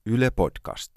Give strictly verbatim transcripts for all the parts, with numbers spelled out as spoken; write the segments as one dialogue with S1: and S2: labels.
S1: Yle Podcast.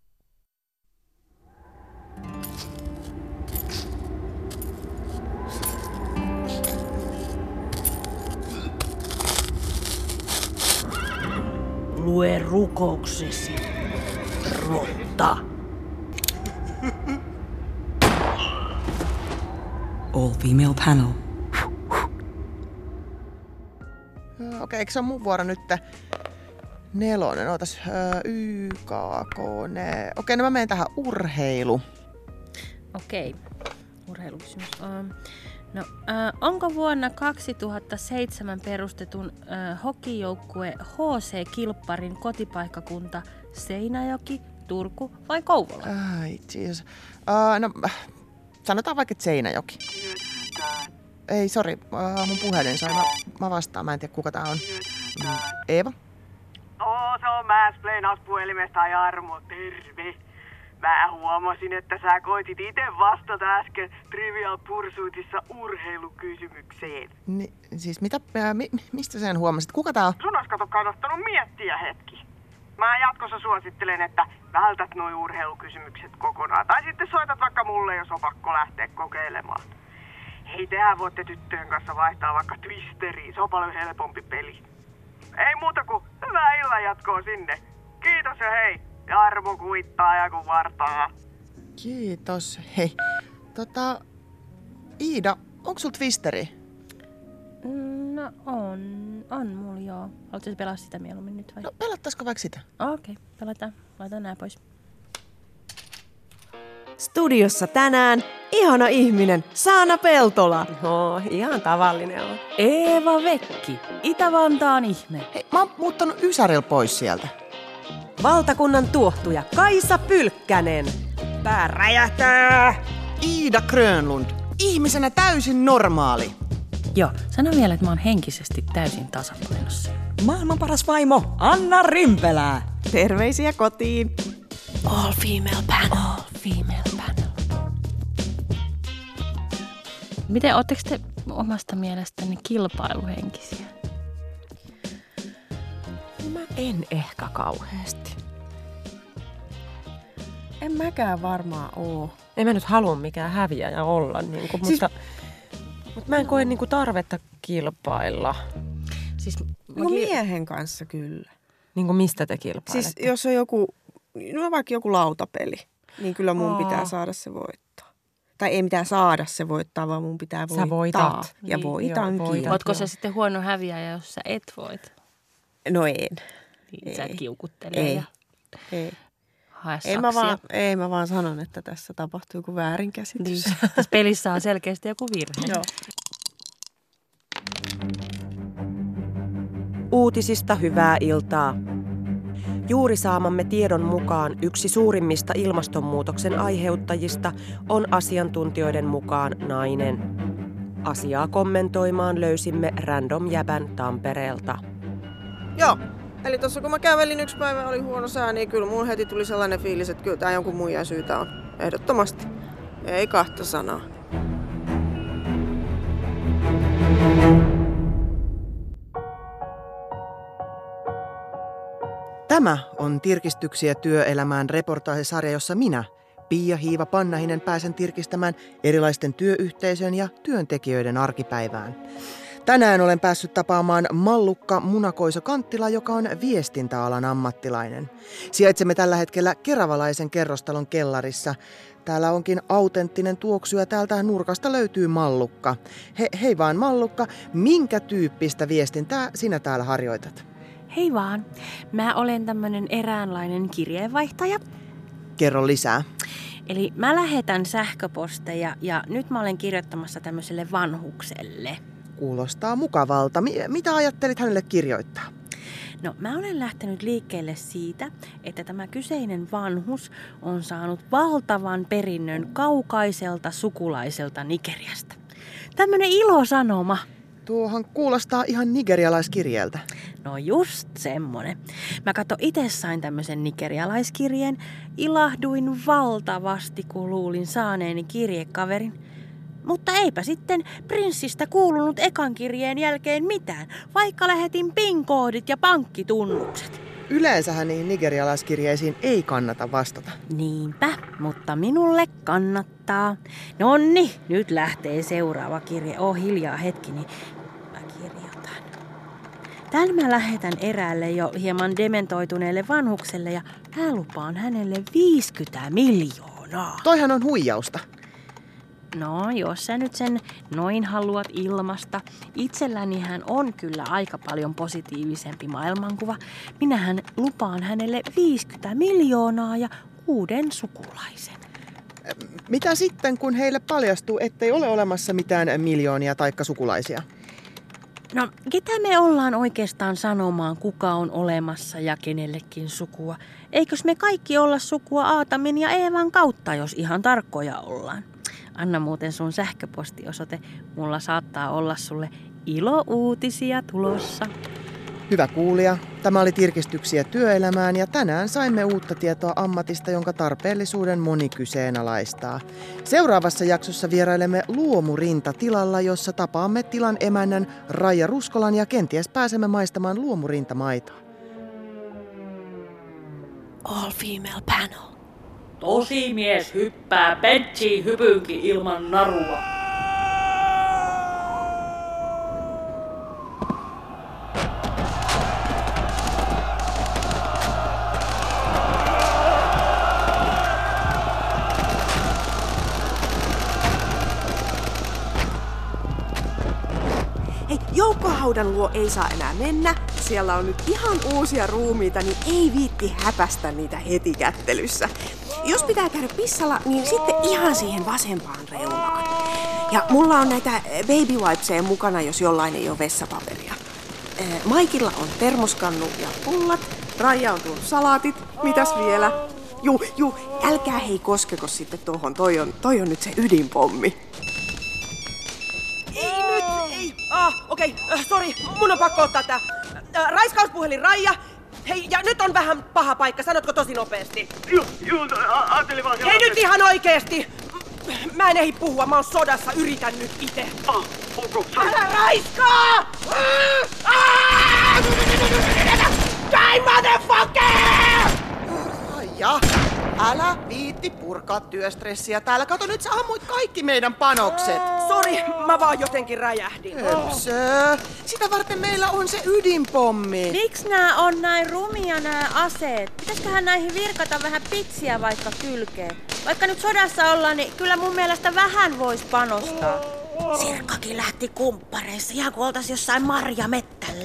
S2: Lue rukouksesi, rotta.
S3: All female panel.
S4: Okei, okay, eikö se ole mun vuoro nyt? Nelonen, ootas. Y, K, K, N. Okei, okay, no mä menen tähän urheilu.
S5: Okei, urheilukysymys. Um, no, uh, onko vuonna kaksituhattaseitsemän perustetun uh, hokijoukkue H C Kilpparin kotipaikkakunta Seinäjoki, Turku vai Kouvola?
S4: Ai, jeez. Uh, no, sanotaan vaikka, että Seinäjoki. Ei, sori, uh, mun puhelin soi. Mä, mä vastaan, mä en tiedä kuka tää on. Mm, Eeva?
S6: Oo, se on Mansplainaus puhelimesta, Jarmo, terve. Mä huomasin, että sä koitit ite vastata äsken Trivial Pursuitissa urheilukysymykseen.
S4: Ni, siis mitä, äh, mi, mistä sen huomasit? Kuka tää on?
S6: Sun ois kato kannattanut miettiä hetki. Mä jatkossa suosittelen, että vältät nuo urheilukysymykset kokonaan. Tai sitten soitat vaikka mulle, jos on pakko lähteä kokeilemaan. Hei, tehän voitte tyttöjen kanssa vaihtaa vaikka Twisteriin. Se on paljon helpompi peli. Ei muuta kuin hyvää illan jatkoa sinne. Kiitos ja hei. Jarmo kuittaa ja kun vartaa.
S4: Kiitos. Hei, tota... Iida, onko sulla Twisteri?
S5: No on, on mulla joo. Haluatko pelaa sitä mieluummin nyt vai?
S4: No pelattaisiko vaikka sitä?
S5: Okei, okay, pelataan. Laitan nää pois.
S7: Studiossa tänään ihana ihminen, Saana Peltola.
S8: No, ihan tavallinen on.
S2: Eeva Vekki, Itä-Vantaan ihme.
S4: Hei, mä oon muuttanut Ysäril pois sieltä.
S8: Valtakunnan tuohtuja Kaisa Pylkkänen. Pää räjähtää!
S4: Iida Grönlund, ihmisenä täysin normaali.
S2: Joo, sano vielä, että mä oon henkisesti täysin tasapainossa.
S3: Maailman paras vaimo, Anna Rimpelää.
S7: Terveisiä kotiin.
S2: All female panel. All female panel.
S5: Miten, ootteko te omasta mielestänne kilpailuhenkisiä?
S8: Mä en ehkä kauheasti.
S7: En mäkään varmaan oo.
S8: En mä nyt halua mikään häviäjä olla, niin kuin, siis... mutta, mutta mä en koe niin kuin tarvetta kilpailla.
S7: Siis no ki... miehen kanssa kyllä.
S8: Niin kuin mistä te kilpailette?
S7: Siis jos on joku, no vaikka joku lautapeli, niin kyllä mun Aa. pitää saada se voittaa. Tai ei mitään saada se voittaa, vaan mun pitää voittaa.
S8: Sä voitat.
S7: Ja
S8: niin,
S7: voitankin.
S8: Voitat,
S5: Ootko
S8: joo.
S5: sä sitten huono häviäjä, jos sä et voit?
S7: No en.
S5: Niin, sä et kiukuttele
S7: ei.
S5: ja
S7: ei.
S5: hae
S7: Ei mä, vaan, ei mä vaan sanon, että tässä tapahtuu joku väärinkäsitys.
S5: Niin. Tässä pelissä on selkeästi joku virhe.
S7: Joo.
S8: Uutisista hyvää iltaa. Juuri saamamme tiedon mukaan yksi suurimmista ilmastonmuutoksen aiheuttajista on asiantuntijoiden mukaan nainen. Asiaa kommentoimaan löysimme random jäbän Tampereelta.
S7: Joo. Eli tuossa kun mä kävelin yksi päivä, oli huono sää, niin kyllä mun heti tuli sellainen fiilis, että kyllä tää jonkun muijan syytä on. Ehdottomasti. Ei kahta sanaa.
S4: Tämä on Tirkistyksiä työelämään reportaasisarja, jossa minä, Pia Hiiva Pannahinen, pääsen tirkistämään erilaisten työyhteisöjen ja työntekijöiden arkipäivään. Tänään olen päässyt tapaamaan Mallukka Munakoiso-Kanttila, joka on viestintäalan ammattilainen. Sijaitsemme tällä hetkellä keravalaisen kerrostalon kellarissa. Täällä onkin autenttinen tuoksu ja täältä nurkasta löytyy Mallukka. He, hei vaan Mallukka, minkä tyyppistä viestintää sinä täällä harjoitat?
S5: Hei vaan, mä olen tämmönen eräänlainen kirjeenvaihtaja.
S4: Kerro lisää.
S5: Eli mä lähetän sähköposteja ja nyt mä olen kirjoittamassa tämmöiselle vanhukselle.
S4: Kuulostaa mukavalta. Mi- mitä ajattelit hänelle kirjoittaa?
S5: No mä olen lähtenyt liikkeelle siitä, että tämä kyseinen vanhus on saanut valtavan perinnön kaukaiselta sukulaiselta Nigeriasta. Tämmönen ilosanoma.
S4: Tuohan kuulostaa ihan nigerialaiskirjeeltä.
S5: No just semmonen. Mä katso itse sain tämmöisen nigerialaiskirjeen. Ilahduin valtavasti, kun luulin saaneeni kirjekaverin. Mutta eipä sitten prinssistä kuulunut ekan kirjeen jälkeen mitään, vaikka lähetin PIN-koodit ja pankkitunnukset.
S4: Yleensähän niihin nigerialaiskirjeisiin ei kannata vastata.
S5: Niinpä, mutta minulle kannattaa. Nonni, nyt lähtee seuraava kirje. Oo hiljaa hetki, niin mä kirjoitan. Tän mä lähetän eräälle jo hieman dementoituneelle vanhukselle ja mä lupaan hänelle viisikymmentä miljoonaa.
S4: Toihan on huijausta.
S5: No, jos sä nyt sen noin haluat ilmasta. Itsellänihän on kyllä aika paljon positiivisempi maailmankuva. Minähän lupaan hänelle viisikymmentä miljoonaa ja uuden sukulaisen.
S4: Mitä sitten, kun heille paljastuu, ettei ole olemassa mitään miljoonia taikka sukulaisia?
S5: No, ketä me ollaan oikeastaan sanomaan, kuka on olemassa ja kenellekin sukua? Eikös me kaikki olla sukua Aatamin ja Eevan kautta, jos ihan tarkkoja ollaan? Anna muuten sun sähköpostiosoite. Mulla saattaa olla sulle ilouutisia tulossa.
S4: Hyvä kuulija, tämä oli Tirkistyksiä työelämään ja tänään saimme uutta tietoa ammatista, jonka tarpeellisuuden moni kyseenalaistaa. Seuraavassa jaksossa vierailemme luomurintatilalla, jossa tapaamme tilan emännän Raija Ruskolan ja kenties pääsemme maistamaan luomurintamaitoa.
S5: All female panel.
S2: Tosimies hyppää benchiin hypynkin ilman narua.
S7: Hei, joukkohaudan luo ei saa enää mennä. Siellä on nyt ihan uusia ruumiita, niin ei viitti häpästä niitä heti kättelyssä. Jos pitää käydä pissalla, niin sitten ihan siihen vasempaan reunaan. Ja mulla on näitä baby wipeseja mukana, jos jollain ei ole vessapaperia. Maikilla on termoskannu ja pullat. Raija on tuonut salaatit. Mitäs vielä? Juu, juu, älkää hei koskeko sitten tohon. Toi on, toi on nyt se ydinpommi. Ei nyt, ei. Ah, okei, okay. äh, sori, mun on pakko ottaa tää. Äh, raiskauspuhelin Raija. Hei, ja nyt on vähän paha paikka, sanotko tosi nopeasti?
S6: Joo, joo, ajattelin vaan...
S7: Hei nyt ihan oikeesti! Mä en ehdi puhua, mä oon sodassa, yritän nyt ite.
S6: Ah, onko?
S7: Älä raiskaa! Die, motherfucker!
S4: Raija, älä viitti purkaa työstressiä täällä. Kato, nyt sä ammuit kaikki meidän panokset.
S7: Sori, mä vaan jotenkin räjähdin.
S4: Höpsö. Sitä varten meillä on se ydinpommi.
S5: Miksi nää on näin rumia nää aseet? Pitäisköhän näihin virkata vähän pitsiä vaikka kylkeen? Vaikka nyt sodassa ollaan, niin kyllä mun mielestä vähän vois panostaa. Sirkkakin lähti kumppareissa, ihan kuin oltais jossain marjamettällä.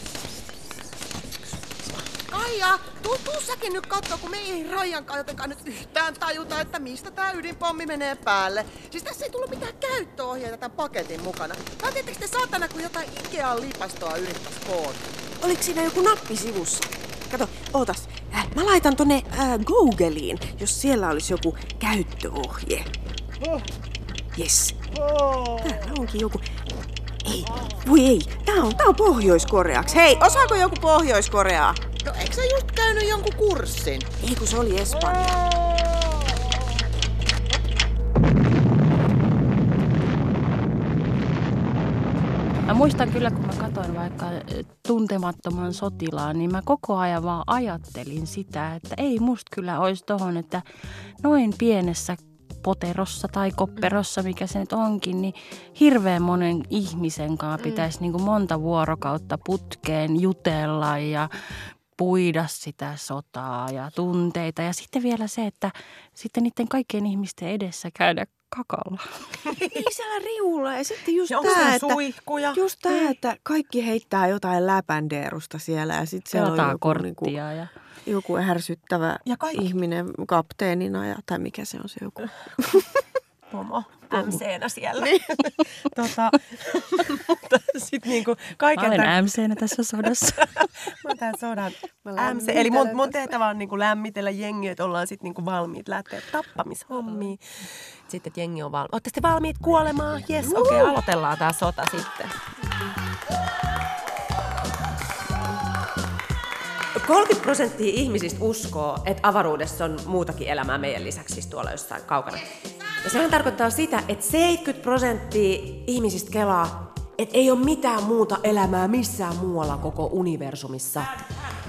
S4: Aija, tuu, tuu säkin nyt kattoo, kun me ei Raijankaan jotenkaan nyt yhtään tajuta, että mistä tää ydinpommi menee päälle. Siis tässä ei tullut mitään käyttöohjeita tämän paketin mukana. Päätettekö te saatana, kun jotain Ikean lipastoa yrittäis koota?
S7: Oliko siinä joku nappi sivussa? Kato, ootas. Äh, mä laitan tonne äh, Googleen, jos siellä olisi joku käyttöohje. Yes. Täällä onkin joku... Ei, voi ei. Tää on, tää on Pohjois-Koreaksi. Hei, osaako joku Pohjois-Koreaa?
S4: No eikö sä just käynyt jonkun kurssin?
S7: Ei, kun se oli Espanja.
S2: Mä muistan kyllä, kun mä katsoin vaikka Tuntemattoman sotilaan, niin mä koko ajan vaan ajattelin sitä, että ei musta kyllä olisi tohon, että noin pienessä poterossa tai kopperossa, mikä se nyt onkin, niin hirveän monen ihmisen kanssa pitäisi niin kuin monta vuorokautta putkeen jutella ja puida sitä sotaa ja tunteita. Ja sitten vielä se, että sitten niiden kaikkien ihmisten edessä käydä kakalla.
S7: Ei siellä riulla. Ja sitten just
S8: ja
S7: tää, että,
S8: suihkuja.
S7: just tää, että kaikki heittää jotain läpändeerusta siellä ja sitten siellä on joku,
S2: korttia
S7: niinku,
S2: ja...
S7: joku ärsyttävä
S8: Ja kaikki.
S7: ihminen kapteenina ja, tai mikä se on se joku.
S8: Pomo. M C-nä siellä. Niin. tota, mutta sit niinku kaiken
S2: Mä olen
S8: tämän...
S2: M C-nä tässä sodassa.
S8: Mä oon tän sodan M C. Eli mun, mun tehtävä on niinku lämmitellä jengiä, että ollaan sit niinku valmiit lähteä tappamishommiin. Sitten että jengi on valmiit. Ootte sitten valmiit kuolemaan? Jes, okei, okay, aloitellaan tää sota sitten.
S1: kolmekymmentä prosenttia ihmisistä uskoo, että avaruudessa on muutakin elämää meidän lisäksi, siis tuolla jossain kaukana. Ja sehän tarkoittaa sitä, että seitsemänkymmentä prosenttia ihmisistä kelaa, että ei ole mitään muuta elämää missään muualla koko universumissa.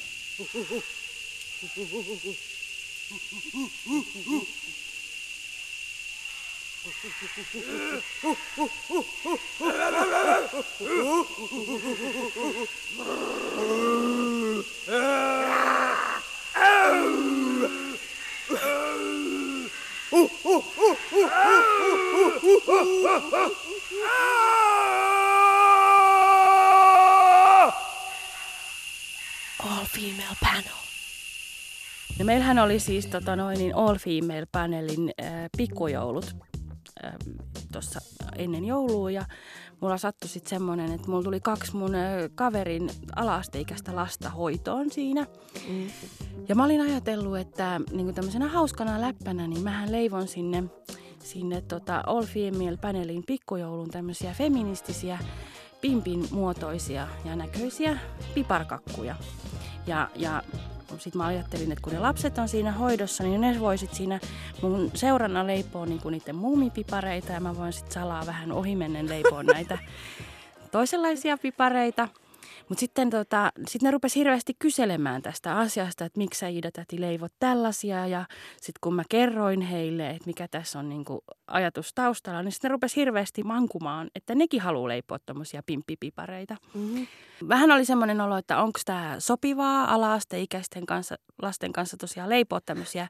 S7: All female panel.
S2: Ja meillähän oli siis tota noin, niin All Female Panelin äh, pikkujoulut äh, tuossa ennen joulua. Ja mulla sattui sitten semmoinen, että mulla tuli kaksi mun äh, kaverin ala-asteikäistä lasta hoitoon siinä. Mm. Ja mä olin ajatellut, että niin tämmöisenä hauskana läppänä, niin mähän leivon sinne, sinne tota All Female Panelin pikkujoulun tämmöisiä feministisiä, pimpin muotoisia ja näköisiä piparkakkuja. Ja, ja sitten mä ajattelin, että kun ne lapset on siinä hoidossa, niin ne voisit siinä mun seurana leipoa niinku niiden muumipipareita ja mä voin sitten salaa vähän ohimennen leipoa näitä toisenlaisia pipareita. Mutta sitten tota, sit ne rupesi hirveästi kyselemään tästä asiasta, että miksi sä Iida-täti leivot tällaisia. Ja sitten kun mä kerroin heille, että mikä tässä on niinku ajatus taustalla, niin sitten ne rupesi hirveästi mankumaan, että nekin haluaa leipoa tommosia pimppipipareita. Mm-hmm. Vähän oli semmoinen olo, että onko tämä sopivaa ala-asteikäisten kanssa, lasten kanssa tosiaan leipoa tämmöisiä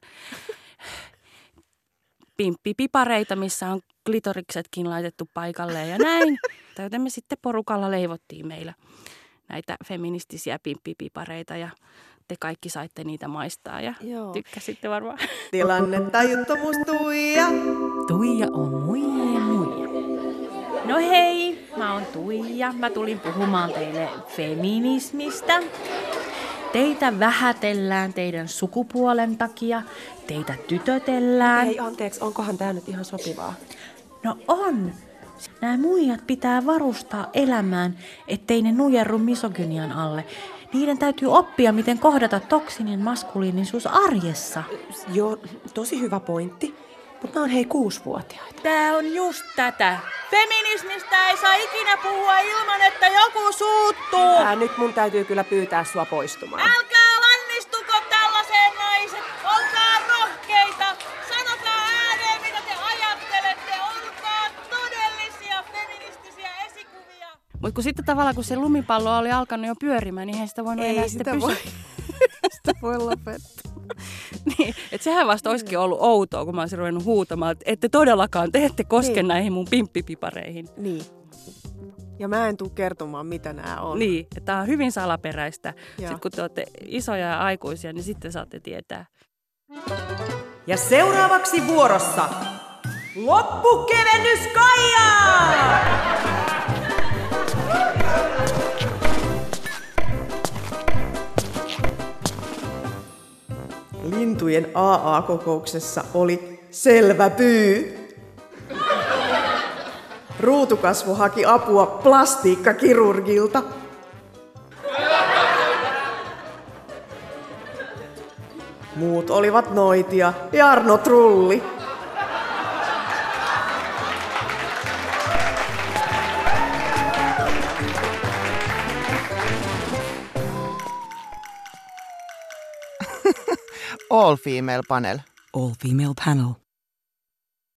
S2: pimppipipareita, missä on klitoriksetkin laitettu paikalleen ja näin. Joten me sitten porukalla leivottiin meillä näitä feministisiä pimppipipareita ja te kaikki saitte niitä maistaa ja Joo. tykkäsitte varmaan.
S3: Tilannetajuttomuus Tuija.
S5: Tuija on muijien muija. No hei, mä oon Tuija. Mä tulin puhumaan teille feminismistä. Teitä vähätellään teidän sukupuolen takia. Teitä tytötellään.
S8: Hei, anteeksi, onkohan tää nyt ihan sopivaa?
S5: No on. Nämä muijat pitää varustaa elämään, ettei ne nujerru misogynian alle. Niiden täytyy oppia, miten kohdata toksinen maskuliinisuus arjessa.
S8: Joo, tosi hyvä pointti. Mutta mä oon hei kuusivuotiaita.
S5: Tää on just tätä. Feminismistä ei saa ikinä puhua ilman, että joku suuttuu.
S8: Ää, nyt mun täytyy kyllä pyytää sua poistumaan.
S5: Älkää lannistuko tällaiseen, naiset. Olkaa rohkeita. Sanokaa ääneen, mitä te ajattelette. Olkaa todellisia feministisiä esikuvia.
S2: Mutta kun sitten tavallaan, kun se lumipallo oli alkanut jo pyörimään, niin eihän sitä voinut
S7: Ei
S2: enää
S7: sitä
S2: sitten
S7: voi.
S2: pysyä.
S7: Sitä voi lopettaa.
S2: Niin, että sehän vasta olisikin ollut outoa, kun mä olisin ruvennut huutamaan, että ette todellakaan, te ette koske niin. näihin mun pimppipipareihin.
S7: Niin. Ja mä en tule kertomaan, mitä nämä on.
S2: Niin, että tää on hyvin salaperäistä. Sitten kun te olette isoja ja aikuisia, niin sitten saatte tietää.
S1: Ja seuraavaksi vuorossa loppukevennys Kaija!
S7: Lintujen A A-kokouksessa oli selvä pyy. Ruutukasvu haki apua plastiikkakirurgilta. Muut olivat noitia ja Arno Trulli.
S4: All female panel.
S9: All female panel.